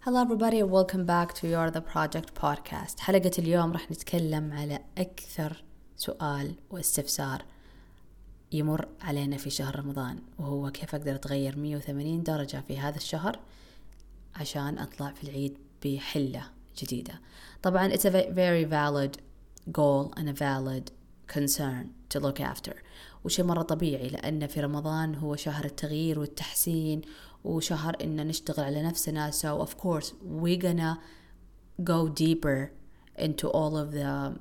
Hello everybody and welcome back to Your The Project podcast. حلقة اليوم راح نتكلم على أكثر سؤال واستفسار يمر علينا في شهر رمضان، وهو كيف أقدر أتغير 180 درجة في هذا الشهر عشان أطلع في العيد بحلة جديدة. طبعا it's a very valid goal and a valid concern to look after، وشي مرة طبيعي لأن في رمضان هو شهر التغيير والتحسين وشهر إن نشتغل على نفسنا. So of course we're gonna go deeper into all of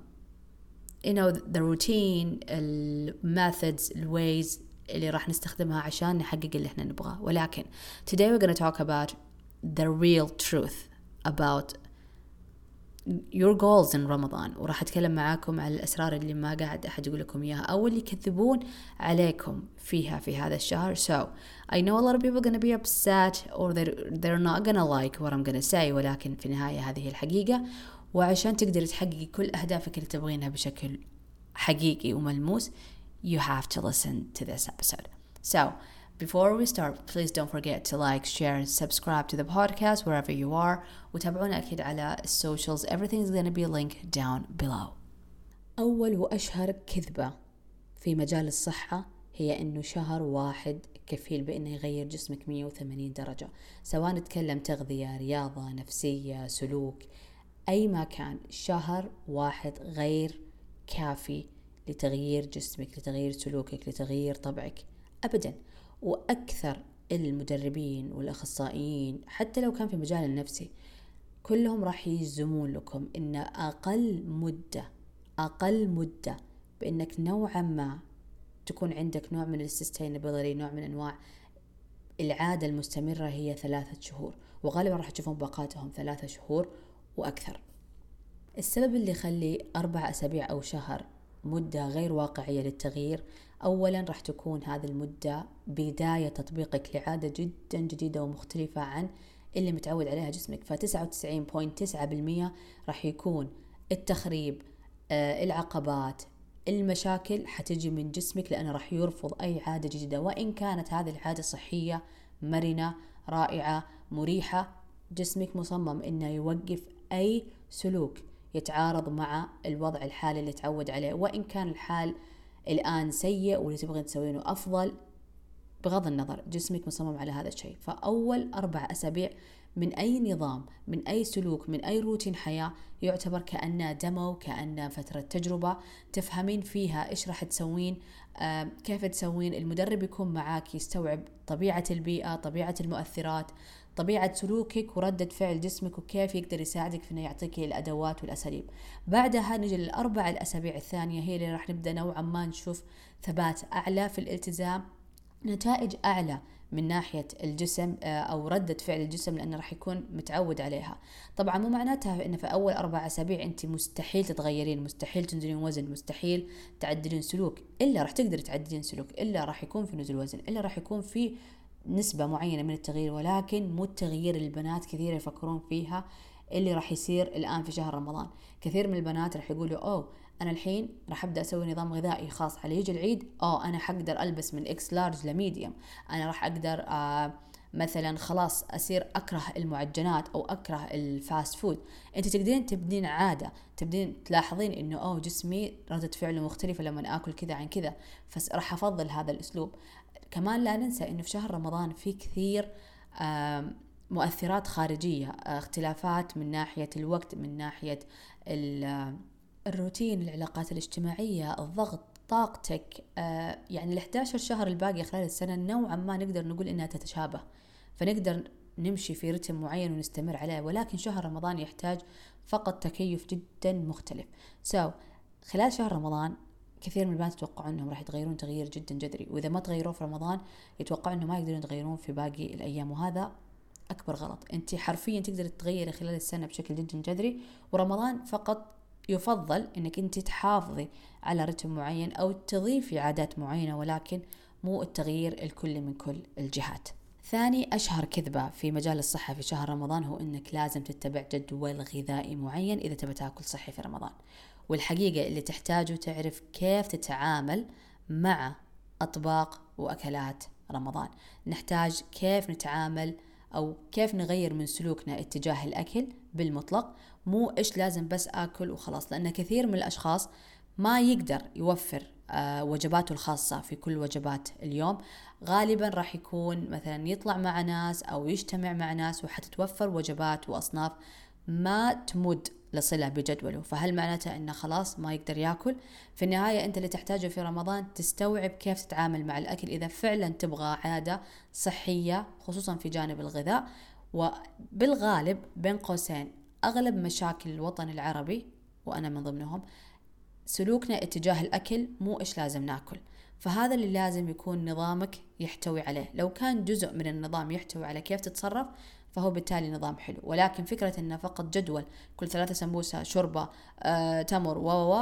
the routine, methods, ways اللي راح نستخدمها عشان نحقق اللي احنا نبغاه. ولكن today we're gonna talk about the real truth about your goals in Ramadan، وراح أتكلم معاكم على الأسرار اللي ما قاعد أحد يقول لكم إياها أو اللي يكذبون عليكم فيها في هذا الشهر. So I know a lot of people are going to be upset or they're not going to like what I'm going to say، ولكن في النهاية هذه الحقيقة، وعشان تقدر تحققي كل أهدافك اللي تبغينها بشكل حقيقي وملموس you have to listen to this episode. So before we start, please don't forget to like, share, and subscribe to the podcast wherever you are. وتابعونا أكيد على السوشيالز. Everything is going to be linked down below. أول وأشهر كذبة في مجال الصحة هي إنه شهر واحد كفيل بإنه يغير جسمك 180 درجة، سواء نتكلم تغذية، رياضة، نفسية، سلوك، أي ما كان. شهر واحد غير كافي لتغيير جسمك، لتغيير سلوكك، لتغيير طبعك أبداً. وأكثر المدربين والأخصائيين حتى لو كان في مجال النفسي كلهم راح يجزمون لكم إن أقل مدة بإنك نوعا ما تكون عندك نوع من السستينابيلتي، نوع من أنواع العادة المستمرة، هي 3 شهور، وغالبا راح تشوفون باقاتهم 3 شهور وأكثر. السبب اللي يخلي 4 أسابيع أو شهر مدة غير واقعية للتغيير، أولا راح تكون هذه المدة بداية تطبيقك لعادة جدا جديدة ومختلفة عن اللي متعود عليها جسمك. ف99.9% راح يكون التخريب، العقبات، المشاكل حتجي من جسمك، لأنه راح يرفض أي عادة جديدة وإن كانت هذه العادة صحية مرنة رائعة مريحة. جسمك مصمم إنه يوقف أي سلوك يتعارض مع الوضع الحالي اللي تعود عليه، وإن كان الحال الآن سيء واللي تبغين تسوينه أفضل، بغض النظر جسمك مصمم على هذا الشيء. فأول 4 أسابيع من أي نظام، من أي سلوك، من أي روتين حياة يعتبر كأنه دمو، كأنه فترة تجربة تفهمين فيها إيش راح تسوين، كيف تسوين. المدرب يكون معاك يستوعب طبيعة البيئة، طبيعة المؤثرات، طبيعة سلوكك وردة فعل جسمك، وكيف يقدر يساعدك في أنه يعطيك الأدوات والأساليب. بعدها نجي ل4 الأسابيع الثانية، هي اللي راح نبدأ نوعا ما نشوف ثبات أعلى في الالتزام، نتائج أعلى من ناحية الجسم أو ردة فعل الجسم، لأنه راح يكون متعود عليها. طبعا مو معناتها إن في أول 4 أسابيع أنت مستحيل تتغيرين، مستحيل تنزلين وزن، مستحيل تعدلين سلوك، إلا راح تقدر تعدلين سلوك، إلا راح يكون في نزول وزن، إلا راح يكون في نسبة معينة من التغيير، ولكن مو التغيير البنات كثير يفكرون فيها اللي راح يصير الآن في شهر رمضان. كثير من البنات راح يقولوا أنا الحين راح أبدأ أسوي نظام غذائي خاص على يجي العيد، أنا حقدر ألبس من إكس لارج لميديوم، أنا راح أقدر مثلا خلاص أصير أكره المعجنات أو أكره الفاست فود. أنت تقدرين تبنين عادة، تبدين تلاحظين إنه جسمي ردة فعله مختلفة لما أكل كذا عن كذا، فراح أفضل هذا الأسلوب. كمان لا ننسى إنه في شهر رمضان في كثير مؤثرات خارجية، اختلافات من ناحية الوقت، من ناحية الروتين، العلاقات الاجتماعية، الضغط، طاقتك. يعني ال11 شهر الباقي خلال السنة نوعا ما نقدر نقول إنها تتشابه، فنقدر نمشي في رتم معين ونستمر عليه، ولكن شهر رمضان يحتاج فقط تكيف جدا مختلف. خلال شهر رمضان كثير من البنات يتوقعون أنهم راح يتغيرون تغيير جدا جذري، وإذا ما تغيرون في رمضان يتوقعون أنهم ما يقدرون يتغيرون في باقي الأيام، وهذا أكبر غلط. أنت حرفيا تقدر تتغيري خلال السنة بشكل جدا جذري، ورمضان فقط يفضل أنك أنت تحافظي على رتم معين أو تضيفي عادات معينة، ولكن مو التغيير الكلي من كل الجهات. ثاني أشهر كذبة في مجال الصحة في شهر رمضان هو أنك لازم تتبع جدول غذائي معين إذا تبي تاكل صحي في رمضان. والحقيقة اللي تحتاجه تعرف كيف تتعامل مع أطباق وأكلات رمضان. نحتاج كيف نتعامل أو كيف نغير من سلوكنا اتجاه الأكل بالمطلق، مو إيش لازم بس أكل وخلاص. لأن كثير من الأشخاص ما يقدر يوفر وجباته الخاصة في كل وجبات اليوم. غالبا راح يكون مثلا يطلع مع ناس أو يجتمع مع ناس وحتتوفر وجبات وأصناف ما تمد لصلة بجدوله، فهل معناته أنه خلاص ما يقدر يأكل؟ في النهاية أنت اللي تحتاجه في رمضان تستوعب كيف تتعامل مع الأكل إذا فعلا تبغى عادة صحية، خصوصا في جانب الغذاء. وبالغالب بين قوسين أغلب مشاكل الوطن العربي وأنا من ضمنهم سلوكنا اتجاه الأكل، مو إيش لازم ناكل. فهذا اللي لازم يكون نظامك يحتوي عليه. لو كان جزء من النظام يحتوي على كيف تتصرف فهو بالتالي نظام حلو، ولكن فكرة أنه فقط جدول كل 3 سمبوسة شوربة تمر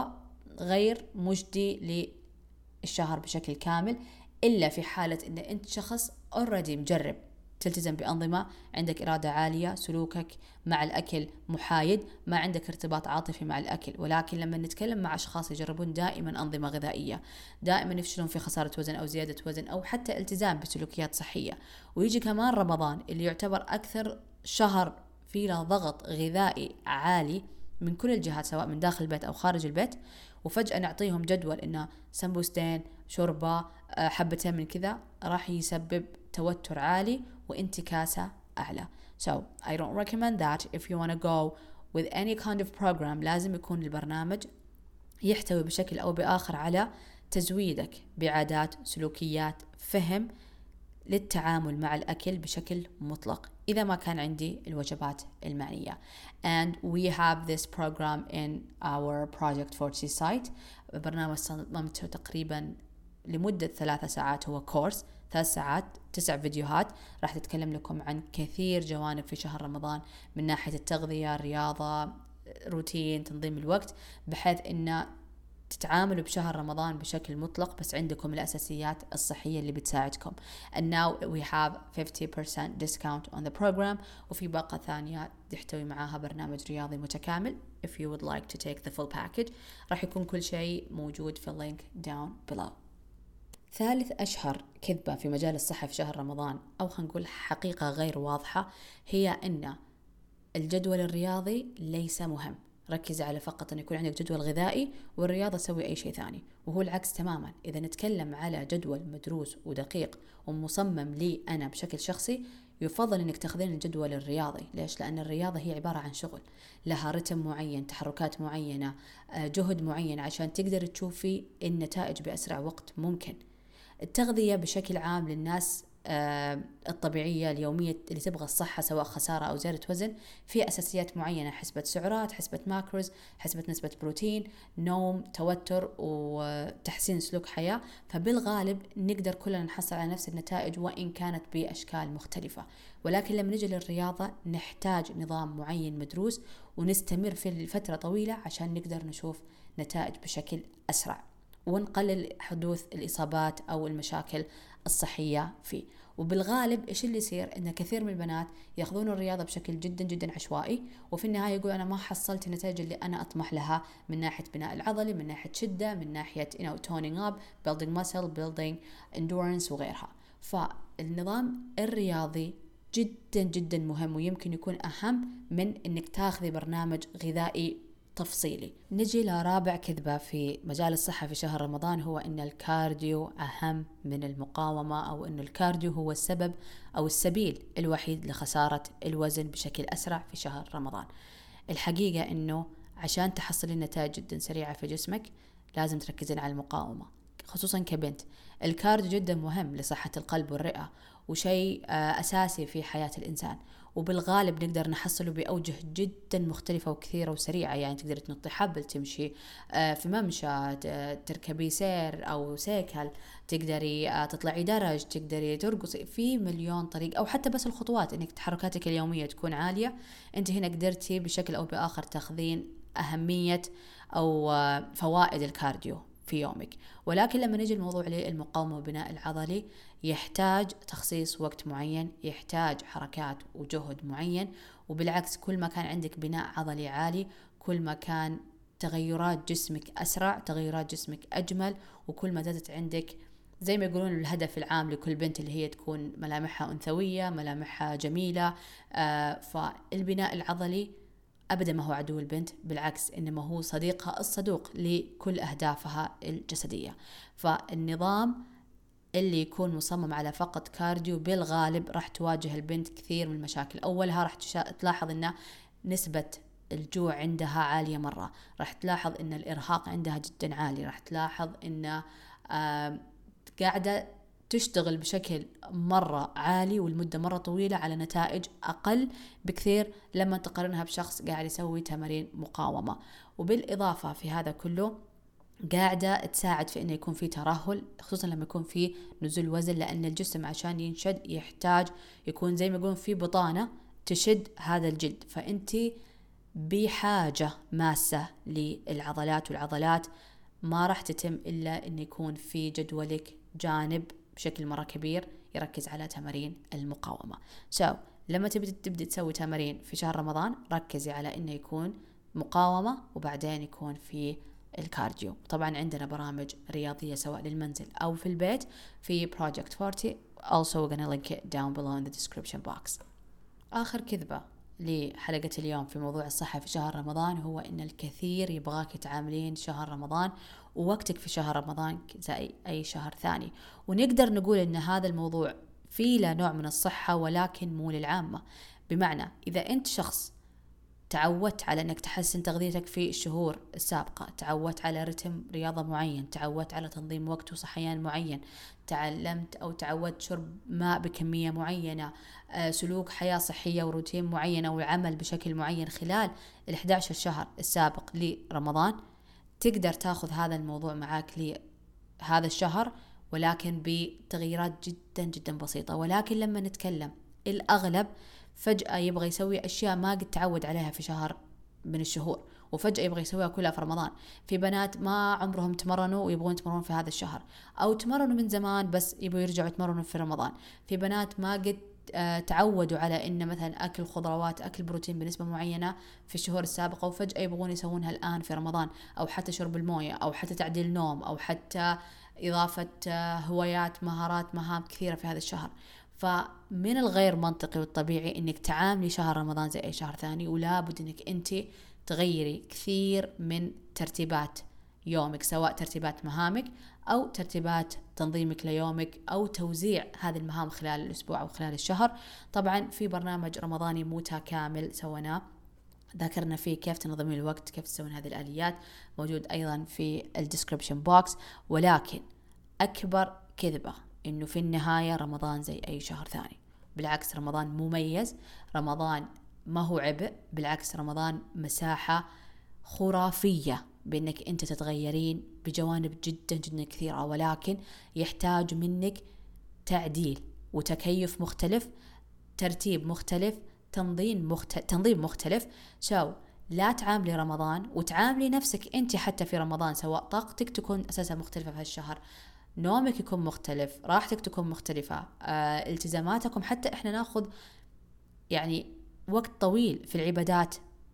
غير مجدي للشهر بشكل كامل، إلا في حالة أن أنت شخص already مجرب تلتزم بأنظمة، عندك إرادة عالية، سلوكك مع الأكل محايد، ما عندك ارتباط عاطفي مع الأكل. ولكن لما نتكلم مع أشخاص يجربون دائما أنظمة غذائية، دائما يفشلون في خسارة وزن أو زيادة وزن أو حتى التزام بسلوكيات صحية، ويجي كمان رمضان اللي يعتبر أكثر شهر فيه ضغط غذائي عالي من كل الجهات سواء من داخل البيت أو خارج البيت، وفجأة نعطيهم جدول إنه سمبوستين شوربة حبتين من كذا، راح يسبب توتر عالي وانتكاسة أعلى. So I don't recommend that. If you want to go with any kind of program لازم يكون البرنامج يحتوي بشكل أو بآخر على تزويدك بعادات، سلوكيات، فهم للتعامل مع الأكل بشكل مطلق إذا ما كان عندي الوجبات المعنية. And we have this program in our Project 40 site. برنامج صممته تقريبا لمدة 3 ساعات، هو كورس 3 ساعات 9 فيديوهات راح تتكلم لكم عن كثير جوانب في شهر رمضان من ناحية التغذية، الرياضة، روتين، تنظيم الوقت، بحيث إن تتعاملوا بشهر رمضان بشكل مطلق بس عندكم الأساسيات الصحية اللي بتساعدكم. And now we have 50% discount on the program، وفي باقة ثانية تحتوي معاها برنامج رياضي متكامل. If you would like to take the full package راح يكون كل شيء موجود في اللينك down below. ثالث أشهر كذبة في مجال الصحة في شهر رمضان، أو خلينا نقول حقيقة غير واضحة، هي أن الجدول الرياضي ليس مهم. ركز على فقط أن يكون عندك جدول غذائي والرياضة سوي أي شيء ثاني، وهو العكس تماما. إذا نتكلم على جدول مدروس ودقيق ومصمم لي أنا بشكل شخصي، يفضل أنك تاخذين الجدول الرياضي. ليش؟ لأن الرياضة هي عبارة عن شغل، لها رتم معين، تحركات معينة، جهد معين عشان تقدر تشوفي النتائج بأسرع وقت ممكن. التغذية بشكل عام للناس الطبيعية اليومية اللي تبغى الصحة سواء خسارة أو زيادة وزن، في أساسيات معينة، حسبة سعرات، حسبة ماكروز، حسبة نسبة بروتين، نوم، توتر، وتحسين سلوك حياة. فبالغالب نقدر كلنا نحصل على نفس النتائج وإن كانت بأشكال مختلفة. ولكن لما نجي للرياضة نحتاج نظام معين مدروس ونستمر في فترة طويلة عشان نقدر نشوف نتائج بشكل أسرع ونقلل حدوث الإصابات أو المشاكل الصحية فيه. وبالغالب إيش اللي يصير؟ إن كثير من البنات يأخذون الرياضة بشكل جدا جدا عشوائي، وفي النهاية يقول أنا ما حصلت النتائج اللي أنا أطمح لها من ناحية بناء العضلي، من ناحية شدة، من ناحية toning up, building muscle, building endurance وغيرها. فالنظام الرياضي جدا جدا مهم، ويمكن يكون أهم من إنك تاخذي برنامج غذائي تفصيلي. نجي لرابع كذبة في مجال الصحة في شهر رمضان، هو إن الكارديو أهم من المقاومة، أو إن الكارديو هو السبب أو السبيل الوحيد لخسارة الوزن بشكل أسرع في شهر رمضان. الحقيقة إنه عشان تحصلين نتائج جدا سريعة في جسمك لازم تركزين على المقاومة، خصوصا كبنت. الكارديو جدا مهم لصحة القلب والرئة، وشيء أساسي في حياة الإنسان، وبالغالب نقدر نحصله بأوجه جدا مختلفة وكثيرة وسريعة. يعني تقدري تنطي حبل، تمشي في ممشى، تركبي سير أو سيكل، تقدري تطلعي درج، تقدري ترقصي في مليون طريق، أو حتى بس الخطوات إنك تحركاتك اليومية تكون عالية. أنت هنا قدرتي بشكل أو بآخر تاخذين أهمية أو فوائد الكارديو في يومك. ولكن لما نجي الموضوع للمقاومة والبناء العضلي يحتاج تخصيص وقت معين، يحتاج حركات وجهد معين. وبالعكس كل ما كان عندك بناء عضلي عالي كل ما كان تغيرات جسمك أسرع، تغيرات جسمك أجمل، وكل ما زادت عندك زي ما يقولون الهدف العام لكل بنت اللي هي تكون ملامحها أنثوية، ملامحها جميلة. فالبناء العضلي أبدا ما هو عدو البنت، بالعكس إنما هو صديقها الصدوق لكل أهدافها الجسدية. فالنظام اللي يكون مصمم على فقط كارديو بالغالب راح تواجه البنت كثير من المشاكل. أولها راح تلاحظ إن نسبة الجوع عندها عالية مرة، راح تلاحظ إن الإرهاق عندها جدا عالي، راح تلاحظ إن قاعدة تشتغل بشكل مرة عالي والمدة مرة طويلة على نتائج أقل بكثير لما تقارنها بشخص قاعد يسوي تمارين مقاومة. وبالإضافة في هذا كله قاعدة تساعد في إنه يكون في ترهل، خصوصا لما يكون في نزول وزن، لأن الجسم عشان ينشد يحتاج يكون زي ما يقولون في بطانة تشد هذا الجلد، فأنتي بحاجة ماسة للعضلات، والعضلات ما راح تتم إلا إن يكون في جدولك جانب بشكل مرة كبير يركز على تمارين المقاومة. لما تبدأ تسوي تمارين في شهر رمضان ركزي على إنه يكون مقاومة وبعدين يكون في الكارديو. طبعا عندنا برامج رياضية سواء للمنزل أو في البيت في Project 40. Also we're gonna link it down below in the description box. آخر كذبة لحلقة اليوم في موضوع الصحة في شهر رمضان هو إن الكثير يبغاك تعاملين شهر رمضان ووقتك في شهر رمضان زي أي شهر ثاني، ونقدر نقول إن هذا الموضوع فيه له نوع من الصحة ولكن مو للعامة. بمعنى إذا أنت شخص تعودت على أنك تحسن تغذيتك في الشهور السابقة، تعودت على رتم رياضة معين، تعودت على تنظيم وقت وصحيان معين، تعلمت أو تعودت شرب ماء بكمية معينة، سلوك حياة صحية وروتين معينة والعمل بشكل معين خلال 11 شهر السابق لرمضان، تقدر تاخذ هذا الموضوع معاك لهذا الشهر ولكن بتغييرات جدا جدا بسيطة. ولكن لما نتكلم الأغلب فجأة يبغى يسوي أشياء ما قد تعود عليها في شهر من الشهور وفجأة يبغى يسويها كلها في رمضان. في بنات ما عمرهم تمرنوا ويبغون يتمرنون في هذا الشهر، أو تمرنوا من زمان بس يبغوا يرجعوا يتمرنوا في رمضان. في بنات ما قد تعودوا على إن مثلا أكل خضروات أكل بروتين بنسبة معينة في الشهور السابقة وفجأة يبغون يسوونها الآن في رمضان، أو حتى شرب الموية، أو حتى تعديل نوم، أو حتى إضافة هوايات مهارات مهام كثيرة في هذا الشهر. فمن الغير منطقي والطبيعي انك تعاملي شهر رمضان زي اي شهر ثاني، ولا بد انك انت تغيري كثير من ترتيبات يومك، سواء ترتيبات مهامك او ترتيبات تنظيمك ليومك او توزيع هذه المهام خلال الاسبوع او خلال الشهر. طبعا في برنامج رمضاني متكامل سويناه ذكرنا فيه كيف تنظمين الوقت، كيف تسوين هذه الآليات، موجود ايضا في الديسكريبشن بوكس. ولكن اكبر كذبة إنه في النهاية رمضان زي أي شهر ثاني. بالعكس رمضان مميز، رمضان ما هو عبء، بالعكس رمضان مساحة خرافية بأنك أنت تتغيرين بجوانب جدا جدا كثيرة، ولكن يحتاج منك تعديل وتكيف مختلف، ترتيب مختلف، تنظيم مختلف. لا تعاملي رمضان وتعاملي نفسك أنت حتى في رمضان، سواء طاقتك تكون أساسا مختلفة في هالشهر، نومك يكون مختلف، راحتك تكون مختلفة، التزاماتكم. حتى احنا ناخذ يعني وقت طويل في العبادات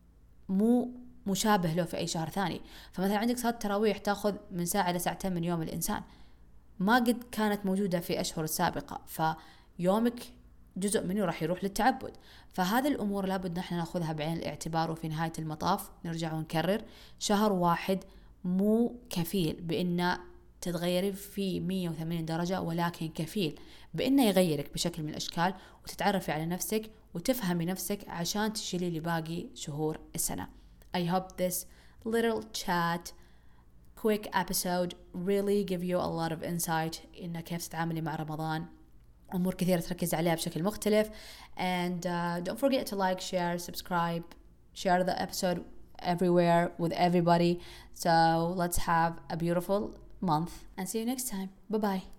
مو مشابه له في اي شهر ثاني. فمثلا عندك صلاة التراويح تاخذ من ساعة إلى ساعتين من يوم الإنسان، ما قد كانت موجودة في أشهر السابقة. فيومك جزء منه راح يروح للتعبد. فهذه الأمور لابد نحن ناخذها بعين الاعتبار. وفي نهاية المطاف نرجع ونكرر، شهر واحد مو كفيل بأن تتغيري في 180 درجة، ولكن كفيل بأنه يغيرك بشكل من الأشكال وتتعرفي على نفسك وتفهمي نفسك عشان تشيلي لباقي شهور السنة. I hope this little chat quick episode really give you a lot of insight إن كيف تتعاملي مع رمضان، أمور كثيرة تركز عليها بشكل مختلف. And don't forget to like, share, subscribe, share the episode everywhere with everybody. So let's have a beautiful month and see you next time. Bye bye.